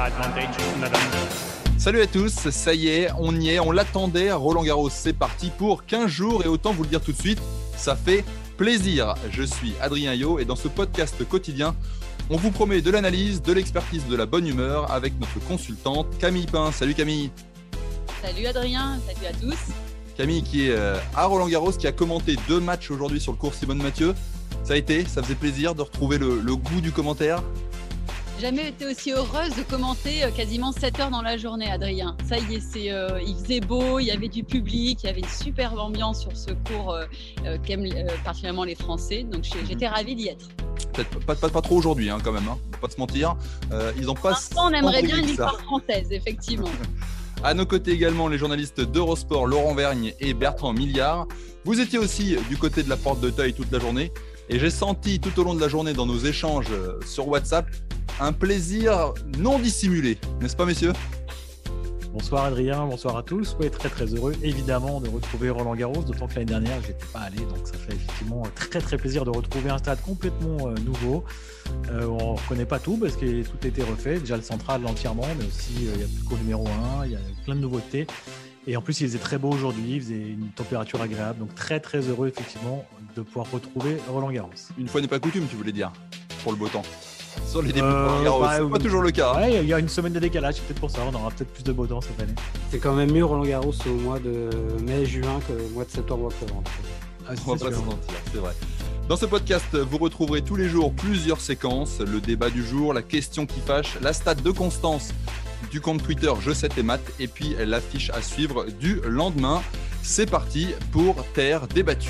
Advantage, madame. Salut à tous, ça y est, on l'attendait, Roland Garros, c'est parti pour 15 jours et autant vous le dire tout de suite, ça fait plaisir. Je suis Adrien Yo et dans ce podcast quotidien, on vous promet de l'analyse, de l'expertise, de la bonne humeur avec notre consultante Camille Pin. Salut Camille. Salut Adrien, salut à tous. Camille qui est à Roland Garros, qui a commenté 2 matchs aujourd'hui sur le cours Simone Mathieu. Ça faisait plaisir de retrouver le goût du commentaire. Jamais été aussi heureuse de commenter quasiment 7 heures dans la journée, Adrien. Ça y est, il faisait beau, il y avait du public, il y avait une superbe ambiance sur ce cours qu'aiment particulièrement les Français. Donc j'étais ravie d'y être. Peut-être pas trop aujourd'hui quand même, on va pas se mentir. Ils en passent. On aimerait bien une victoire française, effectivement. À nos côtés également, les journalistes d'Eurosport, Laurent Vergne et Bertrand Milliard. Vous étiez aussi du côté de la porte d'Auteuil toute la journée. Et j'ai senti tout au long de la journée dans nos échanges sur WhatsApp un plaisir non dissimulé. N'est-ce pas, messieurs ? Bonsoir Adrien, bonsoir à tous. Oui, très très heureux évidemment de retrouver Roland Garros, d'autant que l'année dernière je n'étais pas allé, donc ça fait effectivement très très plaisir de retrouver un stade complètement nouveau. On ne reconnaît pas tout parce que tout a été refait, déjà le central entièrement, mais aussi il y a plus de cours numéro 1, il y a plein de nouveautés. Et en plus, il faisait très beau aujourd'hui, il faisait une température agréable, donc très très heureux effectivement de pouvoir retrouver Roland Garros. Une fois n'est pas coutume, tu voulais dire, pour le beau temps. Sur les débuts de Roland Garros, c'est pas toujours le cas. Ouais, il y a une semaine de décalage, c'est peut-être pour ça, on aura peut-être plus de beau temps cette année. C'est quand même mieux Roland Garros au mois de mai-juin que le mois de septembre-octobre. On va pas se mentir, c'est vrai. Dans ce podcast, vous retrouverez tous les jours plusieurs séquences, le débat du jour, la question qui fâche, la stat de Constance du compte Twitter Je sais tes maths et puis l'affiche à suivre du lendemain. C'est parti pour Terre débattue.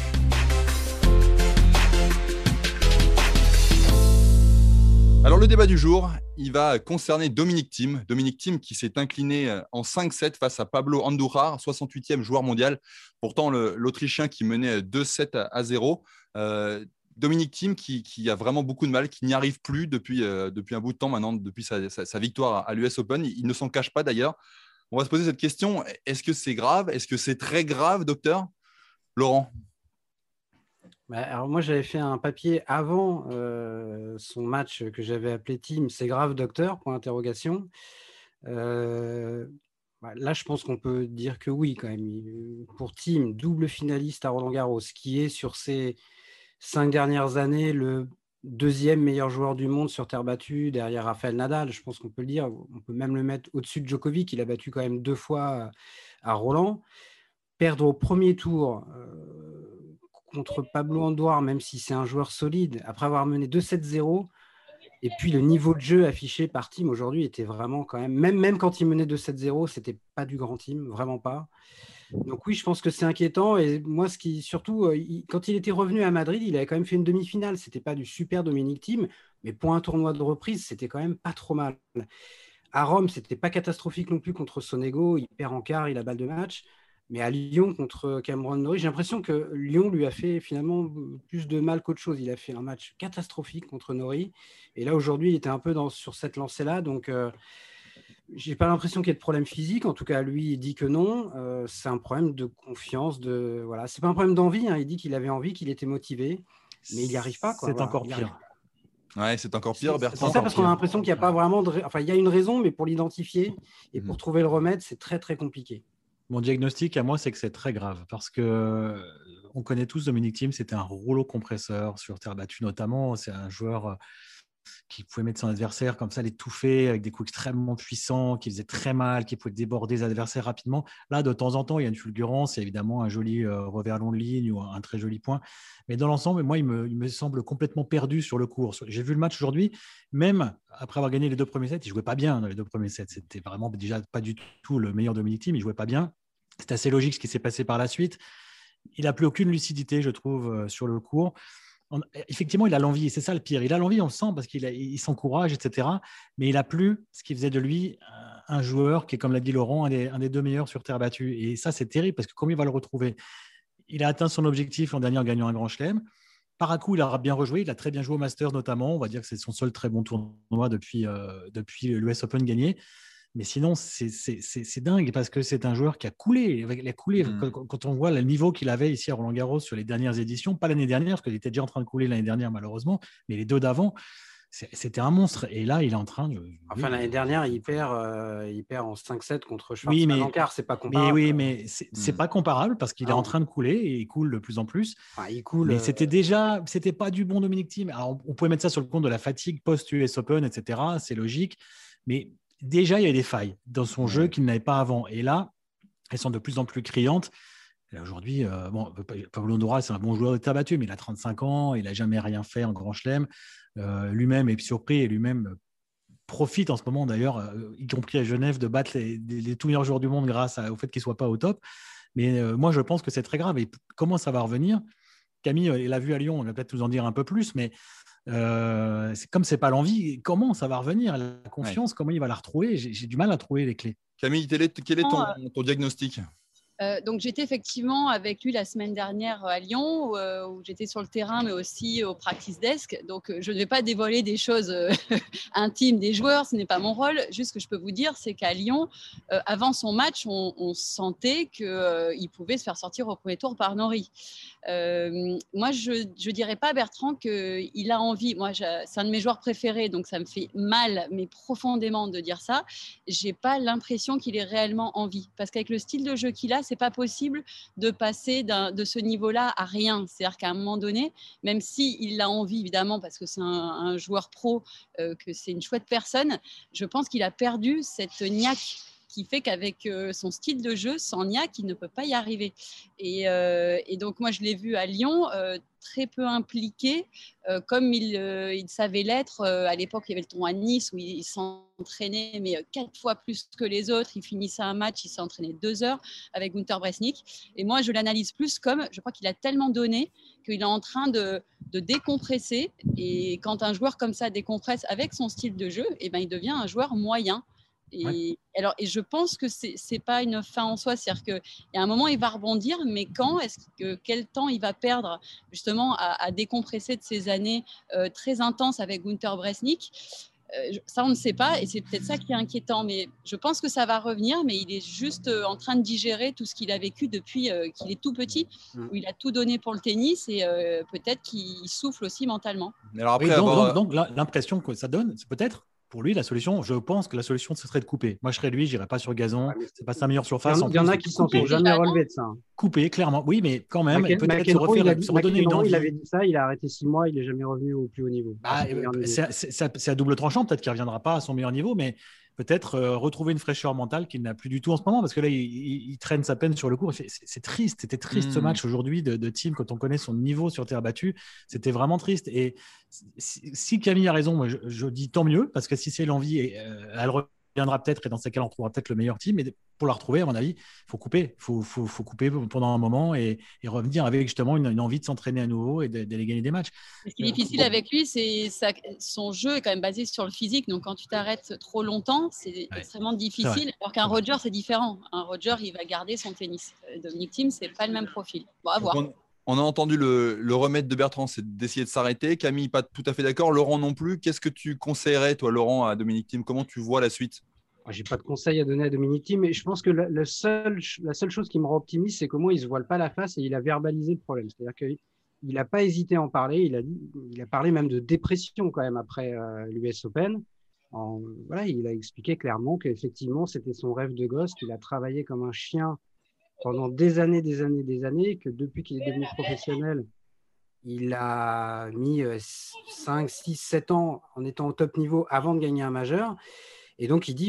Alors le débat du jour, il va concerner Dominic Thiem. Dominic Thiem qui s'est incliné en 5-7 face à Pablo Andújar, 68e joueur mondial. Pourtant l'Autrichien qui menait 2-7 à 0. Dominic Thiem qui a vraiment beaucoup de mal, qui n'y arrive plus depuis un bout de temps maintenant, depuis sa victoire à l'US Open. Il ne s'en cache pas d'ailleurs. On va se poser cette question, est-ce que c'est grave ? Est-ce que c'est très grave, docteur ? Laurent ? Alors moi, j'avais fait un papier avant son match que j'avais appelé Thiem, c'est grave docteur, point d'interrogation. Là, je pense qu'on peut dire que oui quand même. Pour Thiem, double finaliste à Roland Garros, qui est sur ses 5 dernières années le 2e meilleur joueur du monde sur terre battue derrière Rafael Nadal, je pense qu'on peut le dire. On peut même le mettre au-dessus de Djokovic, il a battu quand même 2 fois à Roland. Perdre au premier tour contre Pablo Andújar, même si c'est un joueur solide, après avoir mené 2-7-0, et puis le niveau de jeu affiché par Thiem aujourd'hui était vraiment quand même quand il menait 2-7-0, c'était pas du grand Thiem, vraiment pas. Donc oui, je pense que c'est inquiétant. Et moi, surtout, quand il était revenu à Madrid, il avait quand même fait une demi-finale. C'était pas du super Dominic Thiem, mais pour un tournoi de reprise, c'était quand même pas trop mal. À Rome, c'était pas catastrophique non plus contre Sonego. Il perd en quart, il a balle de match. Mais à Lyon contre Cameron Norrie, j'ai l'impression que Lyon lui a fait finalement plus de mal qu'autre chose. Il a fait un match catastrophique contre Norrie. Et là, aujourd'hui, il était un peu sur cette lancée-là. Donc, j'ai pas l'impression qu'il y ait de problème physique. En tout cas, lui, il dit que non. C'est un problème de confiance. Voilà. C'est pas un problème d'envie. Il dit qu'il avait envie, qu'il était motivé. Mais il n'y arrive pas. C'est encore pire. Ouais, c'est encore pire, Bertrand. C'est ça, parce qu'on a l'impression qu'il n'y a pas vraiment Enfin, il y a une raison, mais pour l'identifier et pour trouver le remède, c'est très, très compliqué. Mon diagnostic à moi, c'est que c'est très grave parce que on connaît tous Dominic Thiem, c'était un rouleau compresseur sur terre battue notamment. C'est un joueur qui pouvait mettre son adversaire comme ça, l'étouffer avec des coups extrêmement puissants, qui faisait très mal, qui pouvait déborder les adversaires rapidement. Là, de temps en temps, il y a une fulgurance, il y a évidemment un joli revers long de ligne ou un très joli point. Mais dans l'ensemble, moi, il me semble complètement perdu sur le court. J'ai vu le match aujourd'hui, même après avoir gagné les 2 premiers sets, il ne jouait pas bien dans les 2 premiers sets. C'était vraiment déjà pas du tout le meilleur Dominic Thiem, il ne jouait pas bien. C'est assez logique ce qui s'est passé par la suite. Il n'a plus aucune lucidité, je trouve, sur le court. Effectivement, il a l'envie, c'est ça le pire. Il a l'envie, on le sent, parce qu'il s'encourage, etc. Mais il n'a plus ce qui faisait de lui un joueur qui est, comme l'a dit Laurent, un des 2 meilleurs sur terre battue. Et ça, c'est terrible, parce que comment il va le retrouver ? Il a atteint son objectif l'an dernier en gagnant un grand chelem. Par à coup, il a bien rejoué. Il a très bien joué au Masters notamment. On va dire que c'est son seul très bon tournoi depuis l'US Open gagné. Mais sinon, c'est dingue parce que c'est un joueur qui a coulé. Il a coulé. Quand on voit le niveau qu'il avait ici à Roland Garros sur les dernières éditions, pas l'année dernière, parce qu'il était déjà en train de couler l'année dernière malheureusement, mais les 2 d'avant, C'était un monstre. Et là, il est en train de… Enfin, l'année dernière, il perd en 5-7 contre Schwartzman. Oui, mais c'est pas comparable. Mais c'est pas comparable parce qu'il est en train de couler et il coule de plus en plus. Enfin, il coule. Mais c'était pas du bon Dominic Thiem. Alors, on pouvait mettre ça sur le compte de la fatigue post-US Open, etc. C'est logique. Mais déjà, il y avait des failles dans son jeu qu'il n'avait pas avant. Et là, elles sont de plus en plus criantes. Et aujourd'hui, Pablo Andújar, c'est un bon joueur de terre battue, mais il a 35 ans, il n'a jamais rien fait en Grand Chelem. Lui-même est surpris et lui-même profite en ce moment d'ailleurs, y compris à Genève, de battre les tout meilleurs joueurs du monde grâce au fait qu'ils ne soient pas au top. Mais moi, je pense que c'est très grave. Et comment ça va revenir? Camille, il l'a vu à Lyon, on va peut-être nous en dire un peu plus, mais comme ce n'est pas l'envie, comment ça va revenir? La confiance, comment il va la retrouver? J'ai du mal à trouver les clés. Camille, quel est ton diagnostic? Donc, j'étais effectivement avec lui la semaine dernière à Lyon, où j'étais sur le terrain, mais aussi au practice desk. Donc, je ne vais pas dévoiler des choses intimes des joueurs, ce n'est pas mon rôle. Juste ce que je peux vous dire, c'est qu'à Lyon, avant son match, on sentait qu'il pouvait se faire sortir au premier tour par Norrie. Moi, je ne dirais pas, Bertrand, qu'il a envie. Moi, c'est un de mes joueurs préférés, donc ça me fait mal, mais profondément de dire ça. Je n'ai pas l'impression qu'il ait réellement envie. Parce qu'avec le style de jeu qu'il a, c'est pas possible de passer de ce niveau-là à rien. C'est-à-dire qu'à un moment donné, même s'il a envie, évidemment, parce que c'est un joueur pro, que c'est une chouette personne, je pense qu'il a perdu cette niaque qui fait qu'avec son style de jeu, sans niaque, il ne peut pas y arriver. Et donc, moi, je l'ai vu à Lyon, très peu impliqué, comme il savait l'être. À l'époque, il y avait le tournoi à Nice où il s'entraînait, mais 4 fois plus que les autres. Il finissait un match, il s'est entraîné 2 heures avec Günter Bresnik. Et moi, je l'analyse plus comme, je crois qu'il a tellement donné qu'il est en train de décompresser. Et quand un joueur comme ça décompresse avec son style de jeu, eh ben, il devient un joueur moyen. Et je pense que c'est pas une fin en soi, c'est-à-dire qu'il y a un moment il va rebondir, mais quel temps il va perdre justement à décompresser de ces années très intenses avec Günter Bresnik, ça on ne sait pas, et c'est peut-être ça qui est inquiétant. Mais je pense que ça va revenir, mais il est juste en train de digérer tout ce qu'il a vécu depuis qu'il est tout petit, où il a tout donné pour le tennis, et peut-être qu'il souffle aussi mentalement. Alors après, donc l'impression que ça donne, c'est peut-être pour lui, la solution, je pense que la solution, ce serait de couper. Moi, je serais lui, je n'irais pas sur gazon. C'est pas sa meilleure surface. Il y en a qui s'en sont jamais relevés de ça. Couper, clairement. Oui, mais quand même, peut-être se redonner une envie. Il avait dit ça, il a arrêté 6 mois, il n'est jamais revenu au plus haut niveau. C'est à double tranchant. Peut-être qu'il ne reviendra pas à son meilleur niveau, mais peut-être retrouver une fraîcheur mentale qu'il n'a plus du tout en ce moment, parce que là, il traîne sa peine sur le court. C'est triste. C'était triste ce match aujourd'hui de Thiem, quand on connaît son niveau sur terre battue. C'était vraiment triste. Et si Camille a raison, moi, je dis tant mieux, parce que si c'est l'envie, elle reviendra peut-être, et dans ces cas-là, on trouvera peut-être le meilleur Thiem. Mais pour la retrouver, à mon avis, il faut couper. Il faut couper pendant un moment et revenir avec justement une envie de s'entraîner à nouveau et d'aller gagner des matchs. Ce qui est difficile avec lui, c'est son jeu est quand même basé sur le physique. Donc, quand tu t'arrêtes trop longtemps, c'est extrêmement difficile. Alors qu'un Roger, c'est différent. Un Roger, il va garder son tennis. Dominic Thiem, c'est pas le même profil. Bon, à voir. On a entendu le remède de Bertrand, c'est d'essayer de s'arrêter. Camille, pas tout à fait d'accord. Laurent non plus. Qu'est-ce que tu conseillerais, toi, Laurent, à Dominic Thiem? Comment tu vois la suite? Je n'ai pas de conseil à donner à Dominic Thiem, mais je pense que la seule chose qui me rend optimiste, c'est qu'au moins il ne se voile pas la face et il a verbalisé le problème. C'est-à-dire qu'il n'a pas hésité à en parler. Il a parlé même de dépression quand même après l'US Open. Il a expliqué clairement qu'effectivement, c'était son rêve de gosse, qu'il a travaillé comme un chien pendant des années, que depuis qu'il est devenu professionnel, il a mis 5, 6, 7 ans en étant au top niveau avant de gagner un majeur. Et donc, il dit,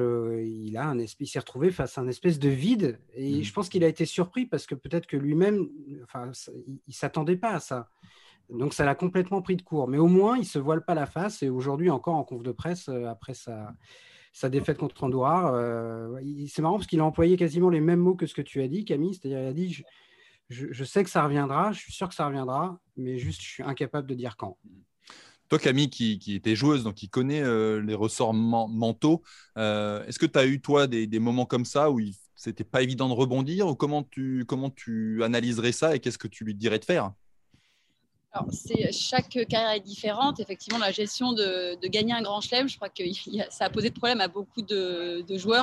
il s'est retrouvé face à un espèce de vide. Et je pense qu'il a été surpris parce que peut-être que lui-même, il ne s'attendait pas à ça. Donc, ça l'a complètement pris de court. Mais au moins, il ne se voile pas la face. Et aujourd'hui, encore en conf de presse, après sa défaite contre Andújar, c'est marrant parce qu'il a employé quasiment les mêmes mots que ce que tu as dit, Camille. C'est-à-dire, il a dit, je sais que ça reviendra, je suis sûr que ça reviendra, mais juste, je suis incapable de dire quand. Toi, Camille, qui était joueuse, donc qui connaît les ressorts mentaux, est-ce que tu as eu, toi, des moments comme ça où c'était pas évident de rebondir, ou comment tu analyserais ça et qu'est-ce que tu lui dirais de faire? Alors, chaque carrière est différente. Effectivement, la gestion de gagner un grand chelem, je crois que ça a posé de problème à beaucoup de joueurs.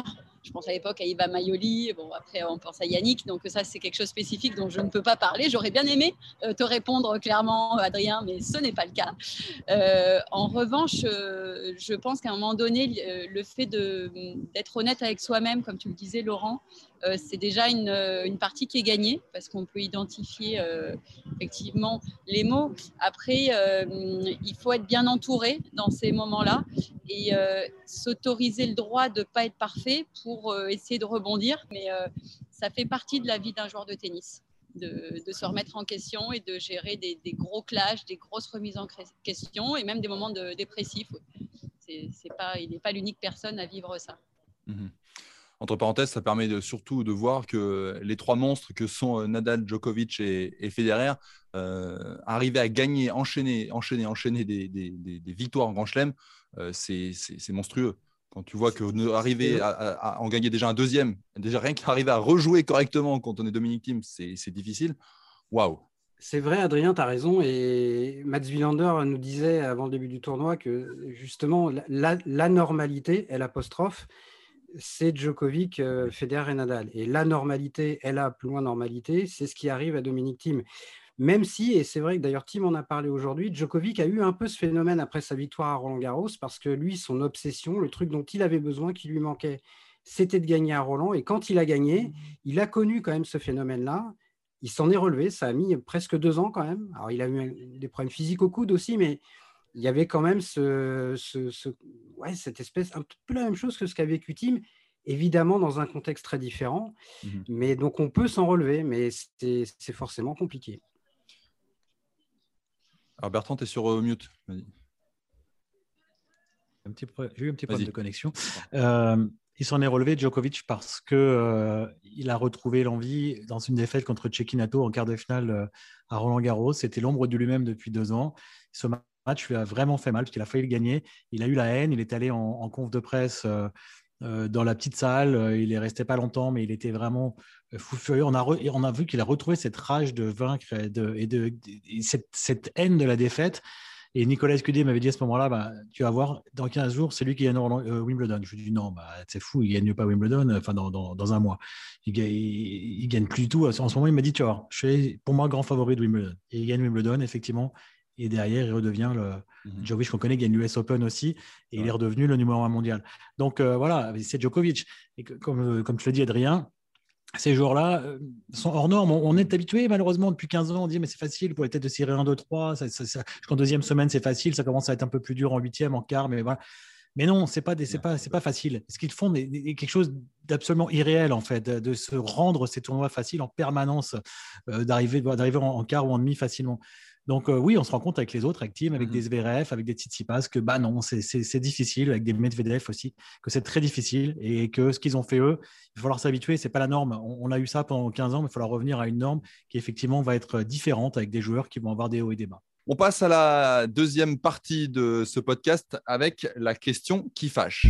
Je pense à l'époque à Iva Maioli. Bon, après, on pense à Yannick. Donc, ça, c'est quelque chose de spécifique dont je ne peux pas parler. J'aurais bien aimé te répondre clairement, Adrien, mais ce n'est pas le cas. En revanche, je pense qu'à un moment donné, le fait d'être honnête avec soi-même, comme tu le disais, Laurent, c'est déjà une partie qui est gagnée parce qu'on peut identifier effectivement les mots. Après, il faut être bien entouré dans ces moments-là et s'autoriser le droit de ne pas être parfait pour essayer de rebondir. Mais ça fait partie de la vie d'un joueur de tennis, de se remettre en question et de gérer des gros clashs, des grosses remises en question et même des moments dépressifs. Il n'est pas l'unique personne à vivre ça. Mmh. Entre parenthèses, ça permet surtout de voir que les trois monstres que sont Nadal, Djokovic et Federer arriver à gagner, enchaîner des victoires en Grand Chelem, c'est monstrueux. Quand tu vois qu'arriver à en gagner déjà un deuxième, déjà rien qu'arriver à rejouer correctement quand on est Dominic Thiem, c'est difficile. Waouh! C'est vrai, Adrien, tu as raison. Et Mats Wilander nous disait avant le début du tournoi que justement, la normalité, l'apostrophe, c'est Djokovic, Federer et Nadal. Et la normalité, plus loin normalité, c'est ce qui arrive à Dominic Thiem. Même si, et c'est vrai que d'ailleurs Thiem en a parlé aujourd'hui, Djokovic a eu un peu ce phénomène après sa victoire à Roland-Garros parce que lui, son obsession, le truc dont il avait besoin, qui lui manquait, c'était de gagner à Roland. Et quand il a gagné, il a connu quand même ce phénomène-là. Il s'en est relevé, ça a mis presque 2 ans quand même. Alors, il a eu des problèmes physiques au coude aussi, mais il y avait quand même cette espèce, un peu la même chose que ce qu'a vécu Thiem, évidemment dans un contexte très différent. Mais donc, on peut s'en relever, mais c'est forcément compliqué. Alors Bertrand, tu es sur mute. Vas-y. J'ai eu un petit problème de connexion. Il s'en est relevé, Djokovic, parce qu'il a retrouvé l'envie dans une défaite contre Cecchinato en quart de finale à Roland-Garros. C'était l'ombre de lui-même depuis 2 ans. Ce match lui a vraiment fait mal parce qu'il a failli le gagner. Il a eu la haine. Il est allé en conf de presse dans la petite salle. Il est resté pas longtemps, mais il était vraiment fou furieux. On a vu qu'il a retrouvé cette rage de vaincre et cette haine de la défaite. Et Nicolas Escudé m'avait dit à ce moment-là, tu vas voir, dans 15 jours, c'est lui qui gagne Wimbledon. Je lui ai dit non, c'est fou, il ne gagne pas Wimbledon dans un mois. Il gagne plus du tout. En ce moment, il m'a dit, tu vois, je suis pour moi grand favori de Wimbledon. Et il gagne Wimbledon, effectivement. Et derrière, il redevient Djokovic qu'on connaît, gagne l'US Open aussi. Et il est redevenu le numéro 1 mondial. Donc voilà, c'est Djokovic. Et comme tu l'as dit, Adrien, ces joueurs-là sont hors normes. On est habitué, malheureusement, depuis 15 ans. On dit, mais c'est facile pour les têtes de série 1, 2, 3. Jusqu'en deuxième semaine, c'est facile. Ça commence à être un peu plus dur en huitième, en quart. Mais voilà. Mais non, c'est pas facile. Ce qu'ils font, c'est quelque chose d'absolument irréel, en fait, de se rendre ces tournois faciles en permanence, d'arriver en quart ou en demi facilement. Donc oui, on se rend compte avec les autres, avec Thiem, avec des Zverev, avec des Tsitsipas, que non, c'est difficile, avec des Medvedev aussi, que c'est très difficile et que ce qu'ils ont fait eux, il va falloir s'habituer, c'est pas la norme. On a eu ça pendant 15 ans, mais il va falloir revenir à une norme qui effectivement va être différente avec des joueurs qui vont avoir des hauts et des bas. On passe à la deuxième partie de ce podcast avec la question qui fâche.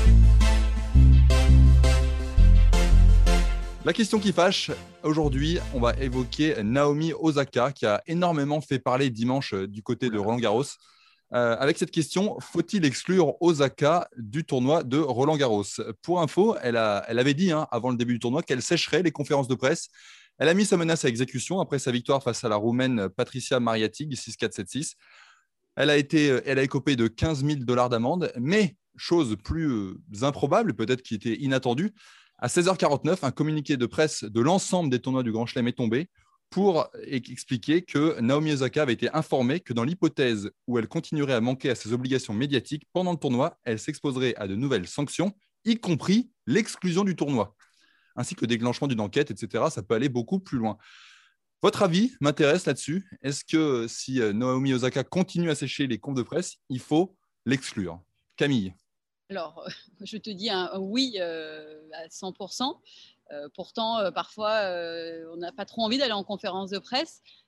La question qui fâche, aujourd'hui, on va évoquer Naomi Osaka qui a énormément fait parler dimanche du côté de Roland-Garros. Avec cette question, faut-il exclure Osaka du tournoi de Roland-Garros ? Pour info, elle avait dit avant le début du tournoi qu'elle sécherait les conférences de presse. Elle a mis sa menace à exécution après sa victoire face à la Roumaine Patricia Mariatig, 6-4, 7-6. Elle a écopé de $15 000 d'amende, mais chose plus improbable, peut-être qui était inattendue, à 16h49, un communiqué de presse de l'ensemble des tournois du Grand Chelem est tombé pour expliquer que Naomi Osaka avait été informée que dans l'hypothèse où elle continuerait à manquer à ses obligations médiatiques pendant le tournoi, elle s'exposerait à de nouvelles sanctions, y compris l'exclusion du tournoi, ainsi que le déclenchement d'une enquête, etc. Ça peut aller beaucoup plus loin. Votre avis m'intéresse là-dessus. Est-ce que si Naomi Osaka continue à sécher les confs de presse, il faut l'exclure ? Camille ? Alors, je te dis un oui à 100%. Pourtant, parfois, on n'a pas trop envie d'aller en conférence de presse.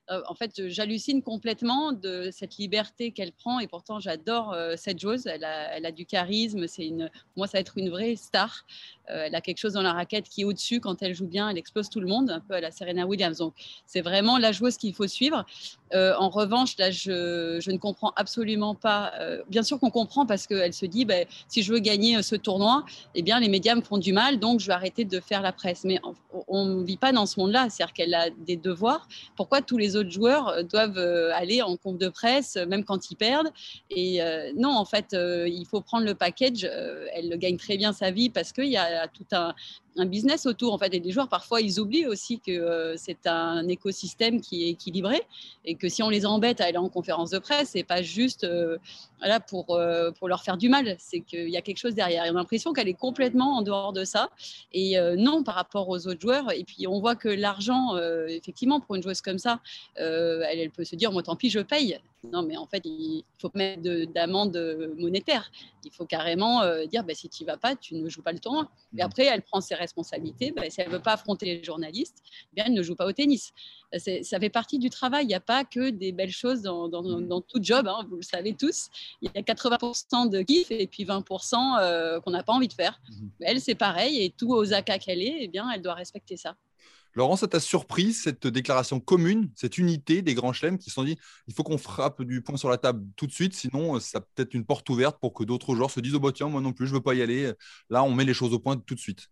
En fait, j'hallucine complètement de cette liberté qu'elle prend et pourtant j'adore cette joueuse. Elle a du charisme. Moi, ça va être une vraie star. Elle a quelque chose dans la raquette qui est au-dessus. Quand elle joue bien, elle explose tout le monde, un peu à la Serena Williams. Donc, c'est vraiment la joueuse qu'il faut suivre. En revanche, là, je ne comprends absolument pas. Bien sûr qu'on comprend parce qu'elle se dit, si je veux gagner ce tournoi, eh bien, les médias me font du mal, donc je vais arrêter de faire la presse. Mais on ne vit pas dans ce monde-là. C'est-à-dire qu'elle a des devoirs. Pourquoi tous les autres joueurs doivent aller en conf de presse, même quand ils perdent? Et non, en fait, il faut prendre le package. Elle gagne très bien sa vie parce qu'il y a tout un business autour. En fait, et les joueurs, parfois, ils oublient aussi que c'est un écosystème qui est équilibré et que si on les embête à aller en conférence de presse, c'est pas juste pour leur faire du mal. C'est qu'il y a quelque chose derrière. Et on a l'impression qu'elle est complètement en dehors de ça. Et non, par rapport aux autres joueurs. Et puis, on voit que l'argent, effectivement, pour une joueuse comme ça, elle peut se dire, moi, tant pis, je paye. Non, mais en fait, il faut pas mettre d'amende monétaire. Il faut carrément dire, si tu n'y vas pas, tu ne joues pas le tournoi. Et après, elle prend ses responsabilités. Si elle ne veut pas affronter les journalistes, elle ne joue pas au tennis. Ça fait partie du travail. Il n'y a pas que des belles choses dans tout job. Hein, vous le savez tous. Il y a 80% de kiff et puis 20% qu'on n'a pas envie de faire. Elle, c'est pareil. Et tout Osaka qu'elle est, elle doit respecter ça. Laurent, ça t'a surpris, cette déclaration commune, cette unité des grands chelems qui se sont dit il faut qu'on frappe du poing sur la table tout de suite, sinon ça peut être une porte ouverte pour que d'autres joueurs se disent oh tiens, moi non plus, je ne veux pas y aller. Là, on met les choses au point tout de suite.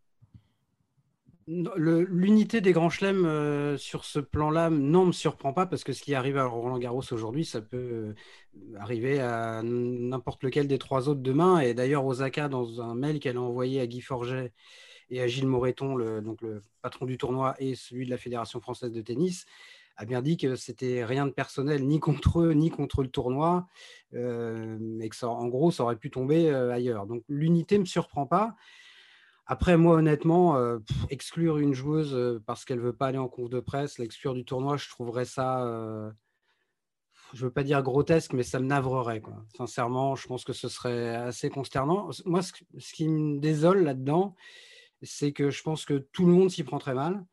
L'unité des grands chelems sur ce plan-là, non, me surprend pas parce que ce qui arrive à Roland-Garros aujourd'hui, ça peut arriver à n'importe lequel des trois autres demain. Et d'ailleurs, Osaka, dans un mail qu'elle a envoyé à Guy Forget et à Gilles Moreton, le patron du tournoi et celui de la Fédération française de tennis, a bien dit que c'était rien de personnel ni contre eux ni contre le tournoi, et que en gros, ça aurait pu tomber ailleurs. Donc l'unité ne me surprend pas. Après, moi, honnêtement, exclure une joueuse parce qu'elle ne veut pas aller en conf de presse, l'exclure du tournoi, je trouverais ça, je ne veux pas dire grotesque, mais ça me navrerait, quoi. Sincèrement, je pense que ce serait assez consternant. Moi, ce qui me désole là-dedans, c'est que je pense que tout le monde s'y prend très mal,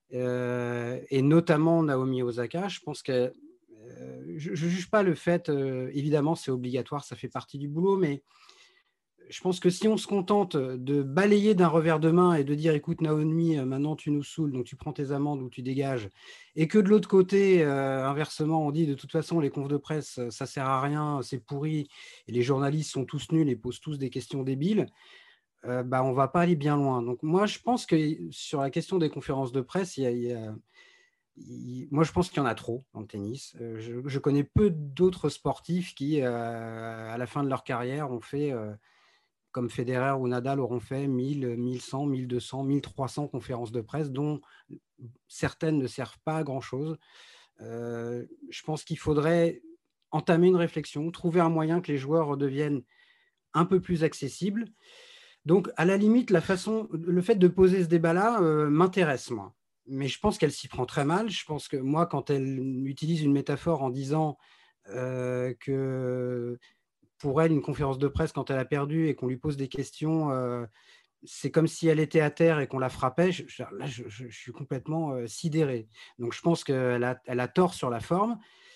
et notamment Naomi Osaka. Je pense que je ne juge pas le fait, évidemment, c'est obligatoire, ça fait partie du boulot, mais je pense que si on se contente de balayer d'un revers de main et de dire écoute Naomi, maintenant tu nous saoules, donc tu prends tes amendes ou tu dégages, et que de l'autre côté, inversement, on dit de toute façon les confs de presse, ça sert à rien, c'est pourri, et les journalistes sont tous nuls et posent tous des questions débiles, on va pas aller bien loin. Donc moi je pense que sur la question des conférences de presse, moi je pense qu'il y en a trop dans le tennis. Je connais peu d'autres sportifs qui, à la fin de leur carrière, ont fait... comme Federer ou Nadal auront fait 1000, 1100, 1200, 1300 conférences de presse, dont certaines ne servent pas à grand-chose. Je pense qu'il faudrait entamer une réflexion, trouver un moyen que les joueurs redeviennent un peu plus accessibles. Donc, à la limite, le fait de poser ce débat-là m'intéresse, moi. Mais je pense qu'elle s'y prend très mal. Je pense que moi, quand elle utilise une métaphore en disant que... pour elle, une conférence de presse, quand elle a perdu et qu'on lui pose des questions, c'est comme si elle était à terre et qu'on la frappait. Je suis complètement sidéré. Donc, je pense qu'elle a tort sur la forme.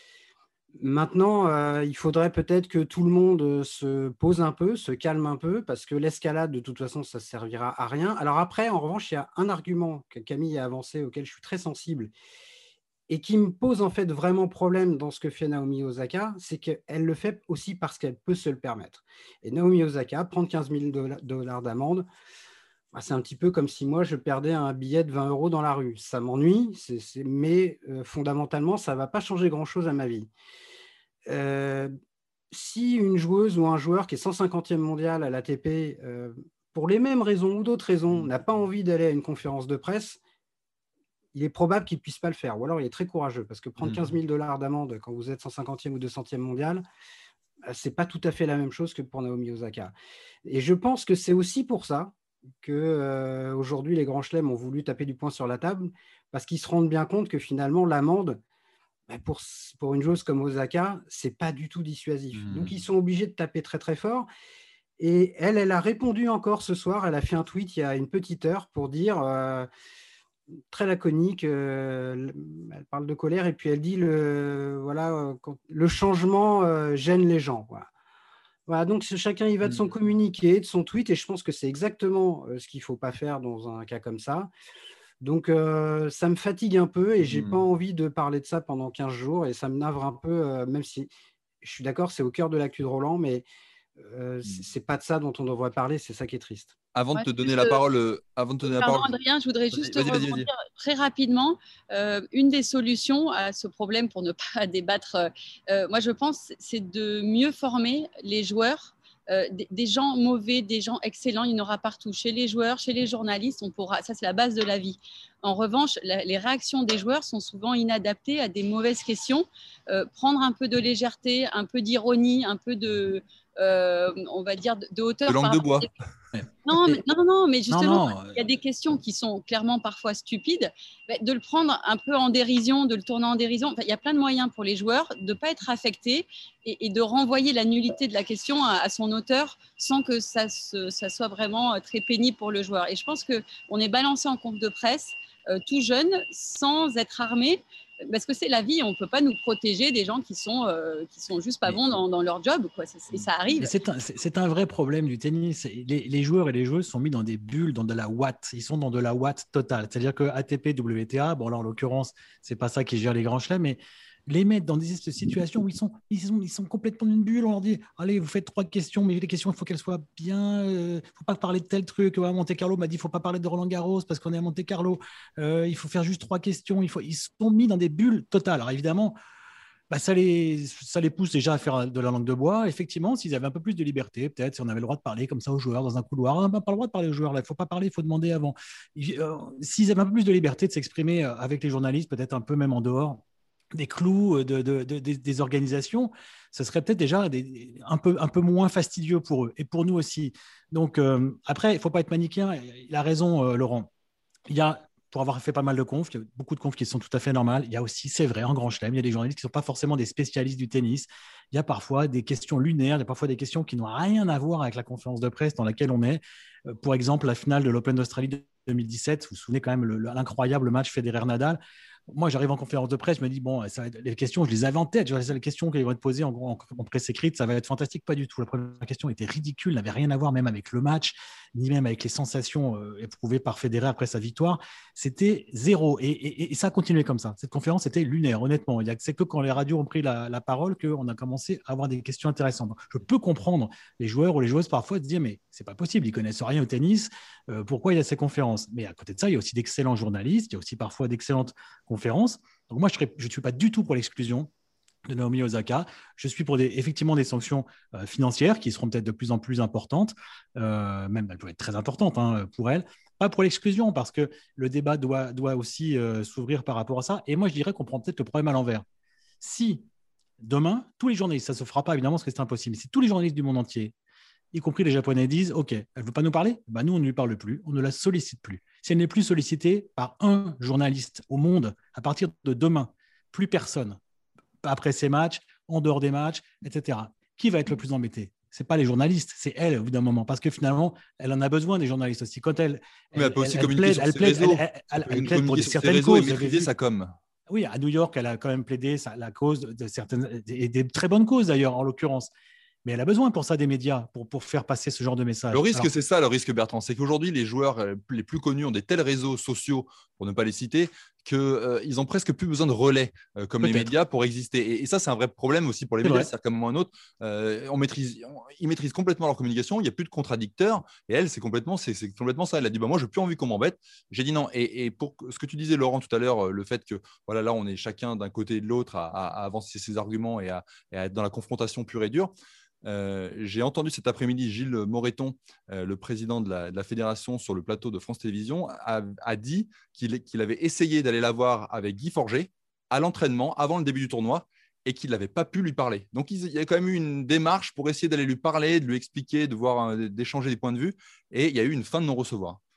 Maintenant, il faudrait peut-être que tout le monde se pose un peu, se calme un peu, parce que l'escalade, de toute façon, ça ne servira à rien. Alors après, en revanche, il y a un argument que Camille a avancé, auquel je suis très sensible, et qui me pose en fait vraiment problème dans ce que fait Naomi Osaka, c'est qu'elle le fait aussi parce qu'elle peut se le permettre. Et Naomi Osaka, prendre 15 000 $ d'amende, c'est un petit peu comme si moi je perdais un billet de 20 € dans la rue. Ça m'ennuie, mais fondamentalement, ça ne va pas changer grand-chose à ma vie. Si une joueuse ou un joueur qui est 150e mondial à l'ATP, pour les mêmes raisons ou d'autres raisons, n'a pas envie d'aller à une conférence de presse, il est probable qu'il ne puisse pas le faire. Ou alors, il est très courageux, parce que prendre 15 000 $ d'amende quand vous êtes 150e ou 200e mondial, ce n'est pas tout à fait la même chose que pour Naomi Osaka. Et je pense que c'est aussi pour ça qu'aujourd'hui, les grands chelems ont voulu taper du poing sur la table, parce qu'ils se rendent bien compte que finalement, l'amende, pour une joueuse comme Osaka, ce n'est pas du tout dissuasif. Donc, ils sont obligés de taper très, très fort. Et elle a répondu encore ce soir. Elle a fait un tweet il y a une petite heure pour dire... très laconique. Elle parle de colère et puis elle dit le changement gêne les gens. Voilà. Voilà, donc chacun y va de son communiqué, de son tweet, et je pense que c'est exactement ce qu'il ne faut pas faire dans un cas comme ça. Donc, ça me fatigue un peu et je n'ai pas envie de parler de ça pendant 15 jours et ça me navre un peu, même si je suis d'accord, c'est au cœur de l'actu de Roland, mais c'est pas de ça dont on devrait parler, c'est ça qui est triste. Avant de te donner juste, la parole, Adrien, je voudrais juste Vas-y. rebondir très rapidement. Une des solutions à ce problème pour ne pas débattre, moi je pense, c'est de mieux former les joueurs. Des gens mauvais, des gens excellents, il y en aura partout. Chez les joueurs, chez les journalistes, ça c'est la base de la vie. En revanche, les réactions des joueurs sont souvent inadaptées à des mauvaises questions. Prendre un peu de légèreté, un peu d'ironie, un peu on va dire, de hauteur. De langue de bois. Non, mais justement, il y a des questions qui sont clairement parfois stupides. De le prendre un peu en dérision, de le tourner en dérision. Enfin, il y a plein de moyens pour les joueurs de ne pas être affectés et de renvoyer la nullité de la question à son auteur sans que ça soit vraiment très pénible pour le joueur. Et je pense qu'on est balancé en conf de presse tout jeune, sans être armé. Parce que c'est la vie, on ne peut pas nous protéger des gens qui sont juste pas bons dans leur job, quoi. Ça arrive. C'est un vrai problème du tennis. Les joueurs et les joueuses sont mis dans des bulles, dans de la ouate. Ils sont dans de la ouate totale. C'est-à-dire que ATP, WTA, bon là en l'occurrence, c'est pas ça qui gère les grands chelems, mais les mettre dans des situations où ils sont complètement dans une bulle. On leur dit allez, vous faites 3 questions, mais les questions, il faut qu'elles soient bien. Il ne faut pas parler de tel truc. À Monte-Carlo m'a dit il ne faut pas parler de Roland Garros parce qu'on est à Monte-Carlo. Il faut faire juste 3 questions. Ils sont mis dans des bulles totales. Alors évidemment, ça les pousse déjà à faire de la langue de bois. Effectivement, s'ils avaient un peu plus de liberté, peut-être si on avait le droit de parler comme ça aux joueurs dans un couloir, on n'a pas le droit de parler aux joueurs, là, il ne faut pas parler, il faut demander avant. S'ils avaient un peu plus de liberté de s'exprimer avec les journalistes, peut-être un peu même en dehors des clous des organisations, ce serait peut-être déjà un peu moins fastidieux pour eux et pour nous aussi. Donc après, il ne faut pas être manichéen. Il a raison, Laurent. Il y a, pour avoir fait pas mal de confs, il y a beaucoup de confs qui sont tout à fait normales. Il y a aussi, c'est vrai, en grand chelem, il y a des journalistes qui ne sont pas forcément des spécialistes du tennis. Il y a parfois des questions lunaires, il y a parfois des questions qui n'ont rien à voir avec la conférence de presse dans laquelle on est. Pour exemple, la finale de l'Open d'Australie 2017, vous vous souvenez quand même l'incroyable match Federer-Nadal. Moi, j'arrive en conférence de presse, je me dis, bon, les questions, je les avais en tête. Les questions qui vont être posées en presse écrite, ça va être fantastique. Pas du tout. La première question était ridicule, n'avait rien à voir même avec le match, ni même avec les sensations éprouvées par Federer après sa victoire. C'était zéro. Et ça a continué comme ça. Cette conférence était lunaire, honnêtement. C'est que quand les radios ont pris la parole qu'on a commencé à avoir des questions intéressantes. Donc, je peux comprendre les joueurs ou les joueuses parfois se dire, mais c'est pas possible, ils connaissent rien au tennis. Pourquoi il y a ces conférences? Mais à côté de ça, il y a aussi d'excellents journalistes, il y a aussi parfois d'excellentes conférences. Donc moi, je ne suis pas du tout pour l'exclusion de Naomi Osaka. Je suis pour effectivement des sanctions financières qui seront peut-être de plus en plus importantes, même elles peuvent être très importantes pour elle. Pas pour l'exclusion, parce que le débat doit aussi s'ouvrir par rapport à ça. Et moi, je dirais qu'on prend peut-être le problème à l'envers. Si demain, tous les journalistes, ça ne se fera pas évidemment parce que c'est impossible, mais si tous les journalistes du monde entier, y compris les Japonais, disent « Ok, elle ne veut pas nous parler, nous, on ne lui parle plus, on ne la sollicite plus. » Si elle n'est plus sollicitée par un journaliste au monde, à partir de demain, plus personne, après ces matchs, en dehors des matchs, etc. Qui va être le plus embêté? Ce n'est pas les journalistes, c'est elle, au bout d'un moment, parce que finalement, elle en a besoin des journalistes aussi. Quand elle peut aussi communiquer sur ses réseaux. Elle plaide pour certaines causes. Et maîtriser sa com. Oui, à New York, elle a quand même plaidé la cause de certaines, et des très bonnes causes d'ailleurs, en l'occurrence. Mais elle a besoin pour ça des médias, pour faire passer ce genre de message. Le risque, c'est ça, le risque, Bertrand, c'est qu'aujourd'hui, les joueurs les plus connus ont des tels réseaux sociaux, pour ne pas les citer, qu'ils n'ont presque plus besoin de relais comme les médias pour exister. Et ça, c'est un vrai problème aussi pour les médias. C'est-à-dire qu'à un moment ou à un autre, ils maîtrisent complètement leur communication, il n'y a plus de contradicteurs. Et elle, c'est complètement ça. Elle a dit moi, je n'ai plus envie qu'on m'embête. J'ai dit non. Et pour ce que tu disais, Laurent, tout à l'heure, le fait que voilà, là, on est chacun d'un côté et de l'autre à avancer ses arguments et à être dans la confrontation pure et dure. J'ai entendu cet après-midi Gilles Moreton, le président de la fédération, sur le plateau de France Télévisions, a dit qu'il avait essayé d'aller la voir avec Guy Forget à l'entraînement avant le début du tournoi et qu'il n'avait pas pu lui parler. Donc, il y a quand même eu une démarche pour essayer d'aller lui parler, de lui expliquer, d'échanger des points de vue, et il y a eu une fin de non-recevoir.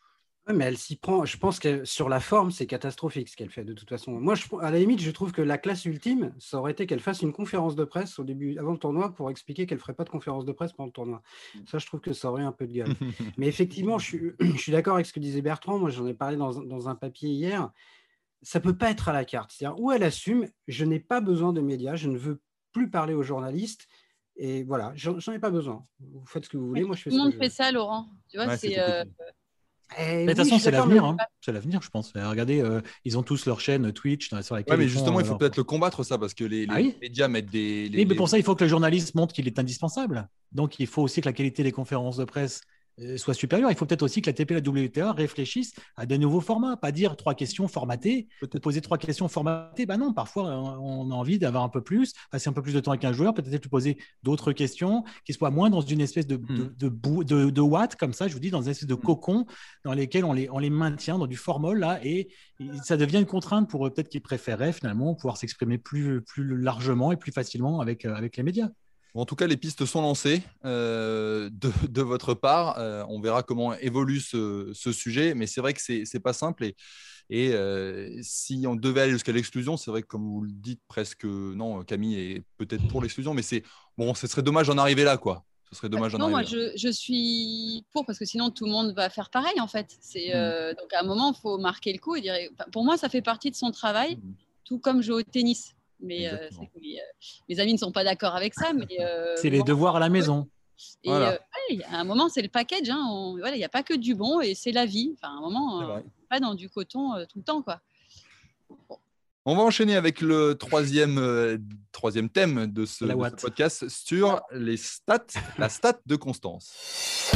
Ouais, mais elle s'y prend. Je pense que sur la forme, c'est catastrophique ce qu'elle fait de toute façon. Moi, à la limite, je trouve que la classe ultime, ça aurait été qu'elle fasse une conférence de presse avant le tournoi pour expliquer qu'elle ne ferait pas de conférence de presse pendant le tournoi. Ça, je trouve que ça aurait un peu de gueule. Mais effectivement, je suis d'accord avec ce que disait Bertrand. Moi, j'en ai parlé dans un papier hier. Ça ne peut pas être à la carte. C'est-à-dire, où elle assume, je n'ai pas besoin de médias, je ne veux plus parler aux journalistes. Et voilà, j'en ai pas besoin. Vous faites ce que vous voulez, moi je fais Tout ce le que monde je fait veux. ça, Laurent. Tu vois, Ouais, c'est compliqué. Eh Mais de toute oui, façon, je suis c'est d'accord, l'avenir. mais Hein. C'est l'avenir, je pense. Regardez, ils ont tous leur chaîne Twitch sur Ouais, laquelle mais ils justement, font il faut leur... peut-être le combattre, ça, parce que les Ah oui. médias mettent Oui, mais pour ça, il faut que le journaliste montre qu'il est indispensable. Donc, il faut aussi que la qualité des conférences de presse soit supérieure. Il faut peut-être aussi que la TP et la WTA réfléchissent à de nouveaux formats. Pas dire 3 questions formatées, ou poser 3 questions formatées. Ben non, parfois, on a envie d'avoir un peu plus, passer un peu plus de temps avec un joueur, peut-être lui poser d'autres questions qui soient moins dans une espèce de watt, comme ça, je vous dis, dans une espèce de cocon dans lesquels on les maintient dans du formol, là, et ça devient une contrainte pour eux. Peut-être qu'ils préféraient finalement pouvoir s'exprimer plus largement et plus facilement avec les médias. En tout cas, les pistes sont lancées de votre part. On verra comment évolue ce sujet, mais c'est vrai que c'est pas simple. Et si on devait aller jusqu'à l'exclusion, c'est vrai que comme vous le dites presque, non, Camille est peut-être pour l'exclusion, mais ce serait dommage d'en arriver là, quoi. Ce serait dommage d'en non, moi, arriver là. je suis pour, parce que sinon, tout le monde va faire pareil, en fait. Donc, à un moment, il faut marquer le coup et dire, pour moi, ça fait partie de son travail, tout comme jouer au tennis. Mais c'est que mes amis ne sont pas d'accord avec ça. Mais c'est les devoirs à la maison. Et à un moment, c'est le package. Hein, il n'y a pas que du bon et c'est la vie. Enfin, à un moment, pas dans du coton tout le temps, quoi. Bon. On va enchaîner avec le troisième thème de ce podcast sur les stats, la stat de Constance.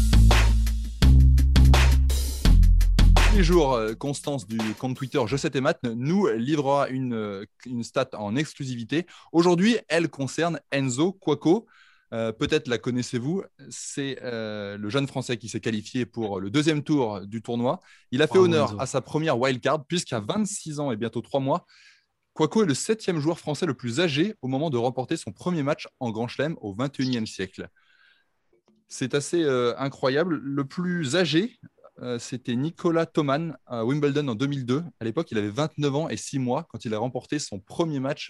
Tous les jours, Constance du compte Twitter Je sais tes maths nous livrera une stat en exclusivité. Aujourd'hui, elle concerne Enzo Couacaud. Peut-être la connaissez-vous, c'est le jeune Français qui s'est qualifié pour le deuxième tour du tournoi. Il a fait honneur à sa première wildcard puisqu'à 26 ans et bientôt 3 mois, Couacaud est le 7e joueur français le plus âgé au moment de remporter son premier match en Grand Chelem au XXIe siècle. C'est assez incroyable. Le plus âgé, c'était Nicolas Thoman à Wimbledon en 2002. À l'époque, il avait 29 ans et 6 mois quand il a remporté son premier match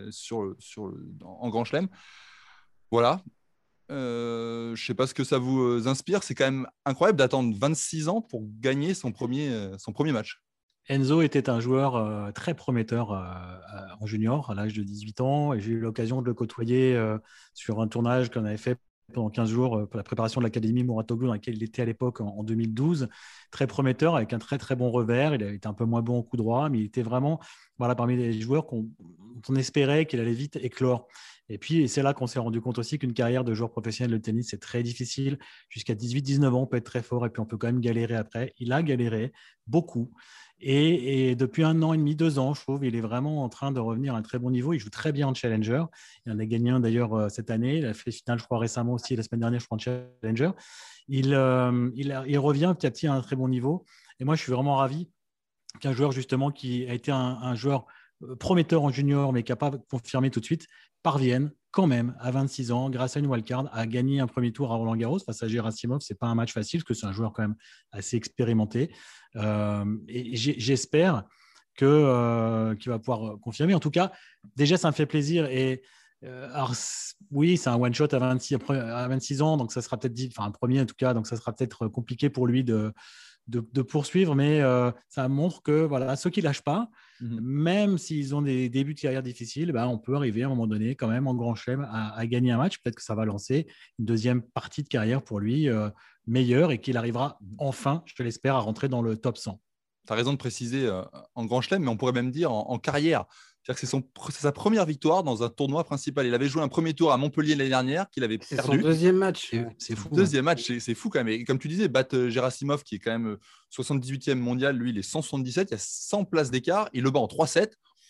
en Grand Chelem. Voilà. Je ne sais pas ce que ça vous inspire. C'est quand même incroyable d'attendre 26 ans pour gagner son premier match. Enzo était un joueur très prometteur en junior à l'âge de 18 ans. Et j'ai eu l'occasion de le côtoyer sur un tournage qu'on avait fait pendant 15 jours pour la préparation de l'Académie Mouratoglou dans laquelle il était à l'époque en 2012. Très prometteur avec un très très bon revers. Il était un peu moins bon au coup droit, mais il était vraiment parmi les joueurs qu'on espérait qu'il allait vite éclore. Et puis, c'est là qu'on s'est rendu compte aussi qu'une carrière de joueur professionnel de tennis, c'est très difficile. Jusqu'à 18-19 ans, on peut être très fort et puis on peut quand même galérer après. Il a galéré beaucoup. Et depuis 1 an et demi, 2 ans, je trouve, il est vraiment en train de revenir à un très bon niveau. Il joue très bien en Challenger. Il en a gagné un d'ailleurs cette année. Il a fait finale, je crois, récemment aussi, la semaine dernière, je crois, en Challenger. Il revient petit à petit à un très bon niveau. Et moi, je suis vraiment ravi qu'un joueur, justement, qui a été un joueur prometteur en junior, mais qui n'a pas confirmé tout de suite, parvienne quand même à 26 ans, grâce à une wildcard, à gagner un premier tour à Roland-Garros face à Gerasimov. Ce n'est pas un match facile, parce que c'est un joueur quand même assez expérimenté. Et j'espère qu'il va pouvoir confirmer. En tout cas, déjà, ça me fait plaisir. Et alors, oui, c'est un one-shot à 26 ans, donc ça sera peut-être un premier en tout cas, donc ça sera peut-être compliqué pour lui de poursuivre, mais ça montre que ceux qui ne lâchent pas, même s'ils ont des débuts de carrière difficiles, on peut arriver à un moment donné quand même en Grand Chelem à gagner un match. Peut-être que ça va lancer une deuxième partie de carrière pour lui meilleure et qu'il arrivera enfin, je l'espère, à rentrer dans le top 100. Tu as raison de préciser en Grand Chelem, mais on pourrait même dire en carrière. C'est-à-dire que c'est sa première victoire dans un tournoi principal. Il avait joué un premier tour à Montpellier l'année dernière, qu'il avait perdu. C'est son deuxième match. C'est fou. Deuxième match, c'est fou quand même. Et comme tu disais, battre Gerasimov, qui est quand même 78e mondial, lui, il est 177. Il y a 100 places d'écart. Il le bat en 3-7.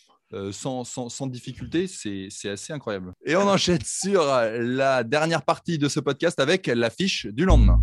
Sans difficulté, c'est assez incroyable. Et on enchaîne sur la dernière partie de ce podcast avec l'affiche du lendemain.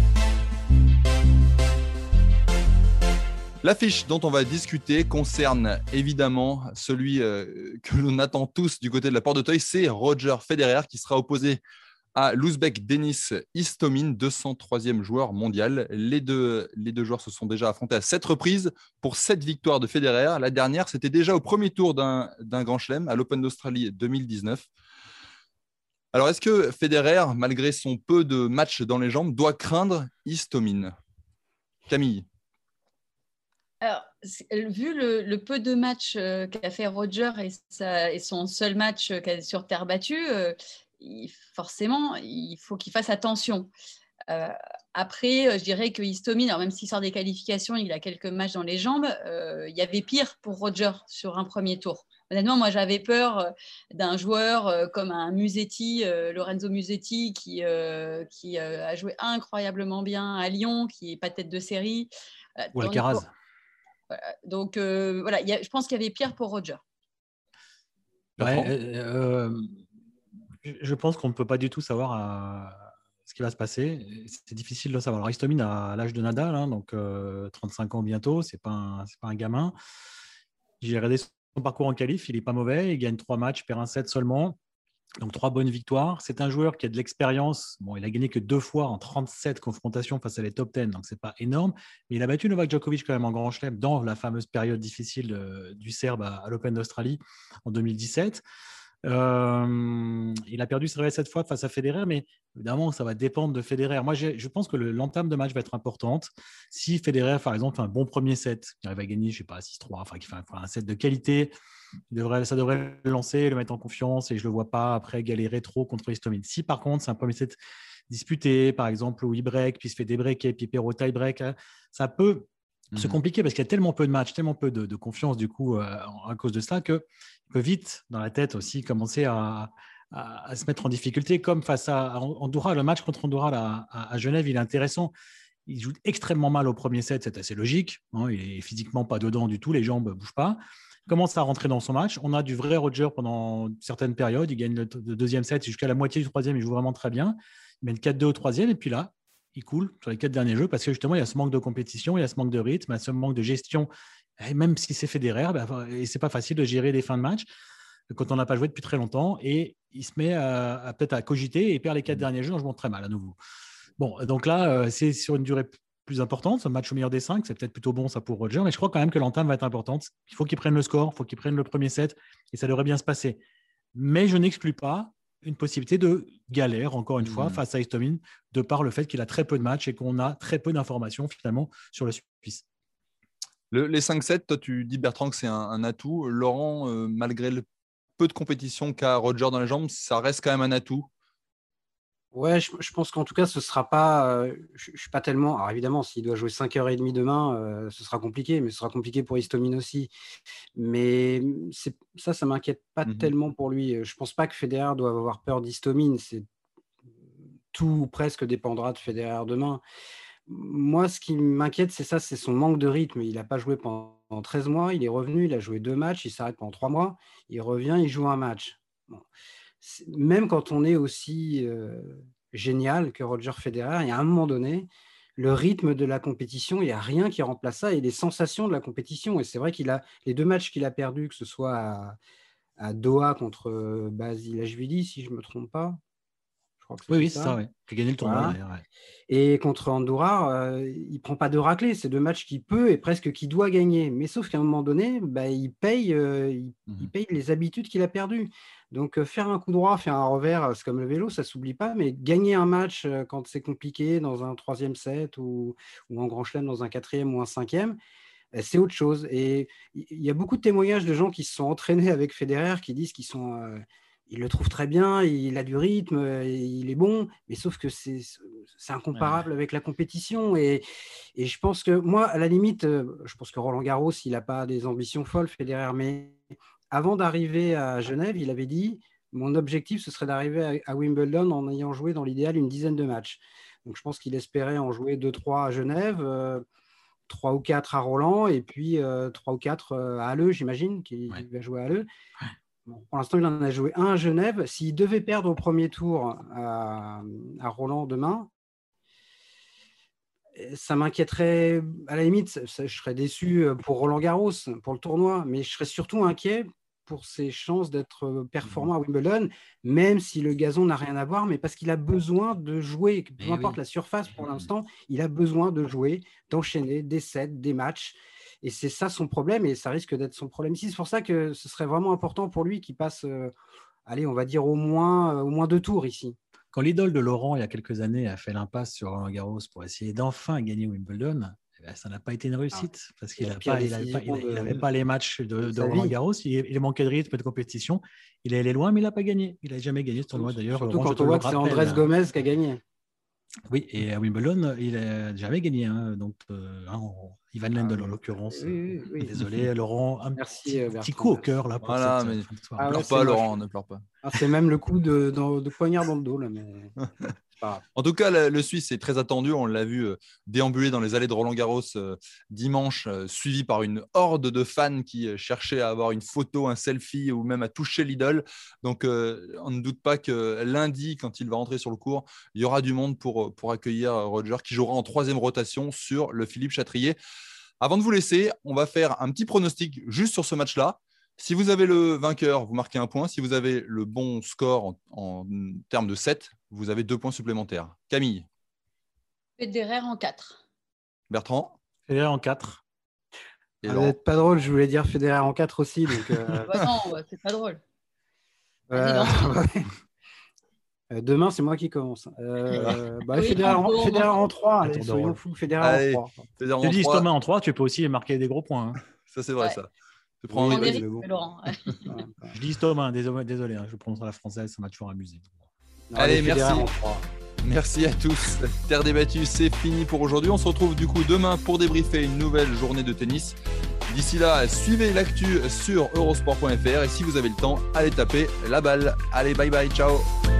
L'affiche dont on va discuter concerne évidemment celui que l'on attend tous du côté de la Porte d'Auteuil, c'est Roger Federer qui sera opposé à l'Ouzbek Denis Istomin, 203e joueur mondial. Les deux joueurs se sont déjà affrontés à 7 reprises pour 7 victoires de Federer. La dernière, c'était déjà au premier tour d'un Grand Chelem à l'Open d'Australie 2019. Alors, est-ce que Federer, malgré son peu de matchs dans les jambes, doit craindre Istomin? Camille? Alors, vu le peu de matchs qu'a fait Roger et son seul match sur terre battue, forcément, il faut qu'il fasse attention. Après, je dirais que Istomin, alors même s'il sort des qualifications, il a quelques matchs dans les jambes, il y avait pire pour Roger sur un premier tour. Honnêtement, moi, j'avais peur d'un joueur comme un Musetti, Lorenzo Musetti, qui a joué incroyablement bien à Lyon, qui n'est pas tête de série. Ou Alcaraz. Donc, voilà, je pense qu'il y avait pire pour Roger. Ouais, je pense qu'on ne peut pas du tout savoir ce qui va se passer. C'est difficile de le savoir. Alors, Istomin a l'âge de Nadal, hein, donc 35 ans bientôt. C'est pas un gamin. J'ai regardé son parcours en qualif. Il n'est pas mauvais. Il gagne 3 matchs, perd un set seulement. Donc 3 bonnes victoires. C'est un joueur qui a de l'expérience. Bon, il a gagné que 2 fois en 37 confrontations face à les top 10, donc c'est pas énorme. Mais il a battu Novak Djokovic quand même en Grand Chelem dans la fameuse période difficile du Serbe à l'Open d'Australie en 2017. Il a perdu, c'est vrai, cette fois face à Federer, mais évidemment, ça va dépendre de Federer. Moi, je pense que l'entame de match va être importante. Si Federer, par exemple, fait un bon premier set, qui arrive à gagner, je ne sais pas, 6-3, enfin, qui fait un set de qualité, ça devrait le lancer, le mettre en confiance, et je ne le vois pas après galérer trop contre Istomin. Si, par contre, c'est un premier set disputé, par exemple, où il break, puis il se fait débreaker, puis il perd au tie-break, ça peut se compliquer parce qu'il y a tellement peu de matchs, tellement peu de confiance du coup à cause de ça qu'il peut vite dans la tête aussi commencer à se mettre en difficulté, comme face à Andorra. Le match contre Andorra à Genève, il est intéressant. Il joue extrêmement mal au premier set, c'est assez logique, hein, il est physiquement pas dedans du tout, les jambes ne bougent pas. Il commence à rentrer dans son match. On a du vrai Roger pendant certaines périodes. Il gagne le deuxième set jusqu'à la moitié du troisième, il joue vraiment très bien. Il mène 4-2 au troisième et puis là, il coule sur les 4 derniers jeux parce que justement, il y a ce manque de compétition, il y a ce manque de rythme, il y a ce manque de gestion. Et même si c'est Federer, et c'est pas facile de gérer des fins de match quand on n'a pas joué depuis très longtemps. Et il se met peut-être à cogiter et il perd les 4 derniers jeux. Donc je monte très mal à nouveau. Bon, donc là, c'est sur une durée plus importante. Ce match au meilleur des 5, c'est peut-être plutôt bon ça pour Roger, mais je crois quand même que l'entame va être importante. Il faut qu'il prenne le score, il faut qu'il prenne le premier set et ça devrait bien se passer. Mais je n'exclus pas une possibilité de galère, encore une fois, face à Istomin, de par le fait qu'il a très peu de matchs et qu'on a très peu d'informations, finalement, sur le Suisse. Les 5-7, toi, tu dis, Bertrand, que c'est un atout. Laurent, malgré le peu de compétition qu'a Roger dans les jambes, ça reste quand même un atout. Ouais, je pense qu'en tout cas, ce ne sera pas. Je ne suis pas tellement. Alors évidemment, s'il doit jouer 5h30 demain, ce sera compliqué, mais ce sera compliqué pour Istomin aussi. Mais ça ne m'inquiète pas tellement pour lui. Je ne pense pas que Federer doive avoir peur d'Istomin. Tout presque dépendra de Federer demain. Moi, ce qui m'inquiète, c'est son manque de rythme. Il n'a pas joué pendant 13 mois. Il est revenu, il a joué 2 matchs, il s'arrête pendant 3 mois. Il revient, il joue un match. Bon. Même quand on est aussi génial que Roger Federer, il y a un moment donné, le rythme de la compétition, il n'y a rien qui remplace ça et les sensations de la compétition. Et c'est vrai qu'il a les 2 matchs qu'il a perdus, que ce soit à Doha contre Basilashvili, si je ne me trompe pas. Je crois que oui, c'est ça, qui a gagné le tournoi voilà. d'ailleurs. Ouais. Et contre Andorra, il ne prend pas de raclée. C'est 2 matchs qu'il peut et presque qu'il doit gagner. Mais sauf qu'à un moment donné, il paye les habitudes qu'il a perdues. Donc, faire un coup droit, faire un revers, c'est comme le vélo, ça ne s'oublie pas. Mais gagner un match quand c'est compliqué dans un 3e set ou en Grand Chelem dans un 4e ou un 5e, c'est autre chose. Et il y a beaucoup de témoignages de gens qui se sont entraînés avec Federer qui disent qu'ils sont... il le trouve très bien, il a du rythme, il est bon, mais sauf que c'est incomparable avec la compétition. Et je pense que moi, à la limite, je pense que Roland Garros, il n'a pas des ambitions folles, Federer, mais avant d'arriver à Genève, il avait dit « Mon objectif, ce serait d'arriver à Wimbledon en ayant joué dans l'idéal une dizaine de matchs. » Donc, je pense qu'il espérait en jouer 2-3 à Genève, 3 ou 4 à Roland, et puis 3 ou 4 à Halle, j'imagine, qu'il va jouer à Halle. Bon, pour l'instant, il en a joué 1 à Genève. S'il devait perdre au premier tour à Roland demain, ça m'inquiéterait. À la limite, je serais déçu pour Roland Garros, pour le tournoi, mais je serais surtout inquiet pour ses chances d'être performant à Wimbledon, même si le gazon n'a rien à voir, mais parce qu'il a besoin de jouer, peu importe la surface pour l'instant, il a besoin de jouer, d'enchaîner des sets, des matchs. Et c'est ça son problème, et ça risque d'être son problème ici. C'est pour ça que ce serait vraiment important pour lui qu'il passe, allez, on va dire au moins 2 tours ici. Quand l'idole de Laurent, il y a quelques années, a fait l'impasse sur Roland-Garros pour essayer d'enfin gagner Wimbledon, ça n'a pas été une réussite parce qu'il n'avait pas les matchs de Roland-Garros. Il manquait de rythme et de compétition. Il est allé loin, mais il n'a pas gagné. Il n'a jamais gagné ce tournoi d'ailleurs. Surtout quand on voit que c'est Andrés Gomez qui a gagné. Oui, et à Wimbledon, il n'a jamais gagné. Donc, Ivan Lendl en l'occurrence. Oui. Désolé, Laurent, petit coup au cœur là. Pour voilà, mais fin de soirée. ne pleure pas, Laurent, ne pleure pas. C'est même le coup de poignard dans le dos là, mais c'est pas grave. En tout cas, le Suisse est très attendu. On l'a vu déambuler dans les allées de Roland-Garros dimanche, suivi par une horde de fans qui cherchaient à avoir une photo, un selfie ou même à toucher l'idole. Donc, on ne doute pas que lundi, quand il va rentrer sur le court, il y aura du monde pour accueillir Roger, qui jouera en 3e rotation sur le Philippe Chatrier. Avant de vous laisser, on va faire un petit pronostic juste sur ce match-là. Si vous avez le vainqueur, vous marquez 1 point. Si vous avez le bon score en termes de 7, vous avez 2 points supplémentaires. Camille. Federer en 4. Bertrand. Federer en 4. Et Ça Laurent. va être pas drôle, je voulais dire Federer en 4 aussi. Donc, Non, c'est pas drôle. Demain, c'est moi qui commence. Oui, Federer en 3. Allez, Allez, soyons fous, Federer Allez. en 3. Federer Tu en dis 3. Thomas en 3, tu peux aussi marquer des gros points. Hein. Ça, c'est vrai, Ouais. ça. Tu prends Oui, un On risque. est mais bon. Laurent. Je dis Thomas, désolé, je prononce à la française, ça m'a toujours amusé. Allez, Federer merci. en 3. Merci à tous. Terre débattue, c'est fini pour aujourd'hui. On se retrouve du coup demain pour débriefer une nouvelle journée de tennis. D'ici là, suivez l'actu sur eurosport.fr et si vous avez le temps, allez taper la balle. Allez, bye bye, ciao.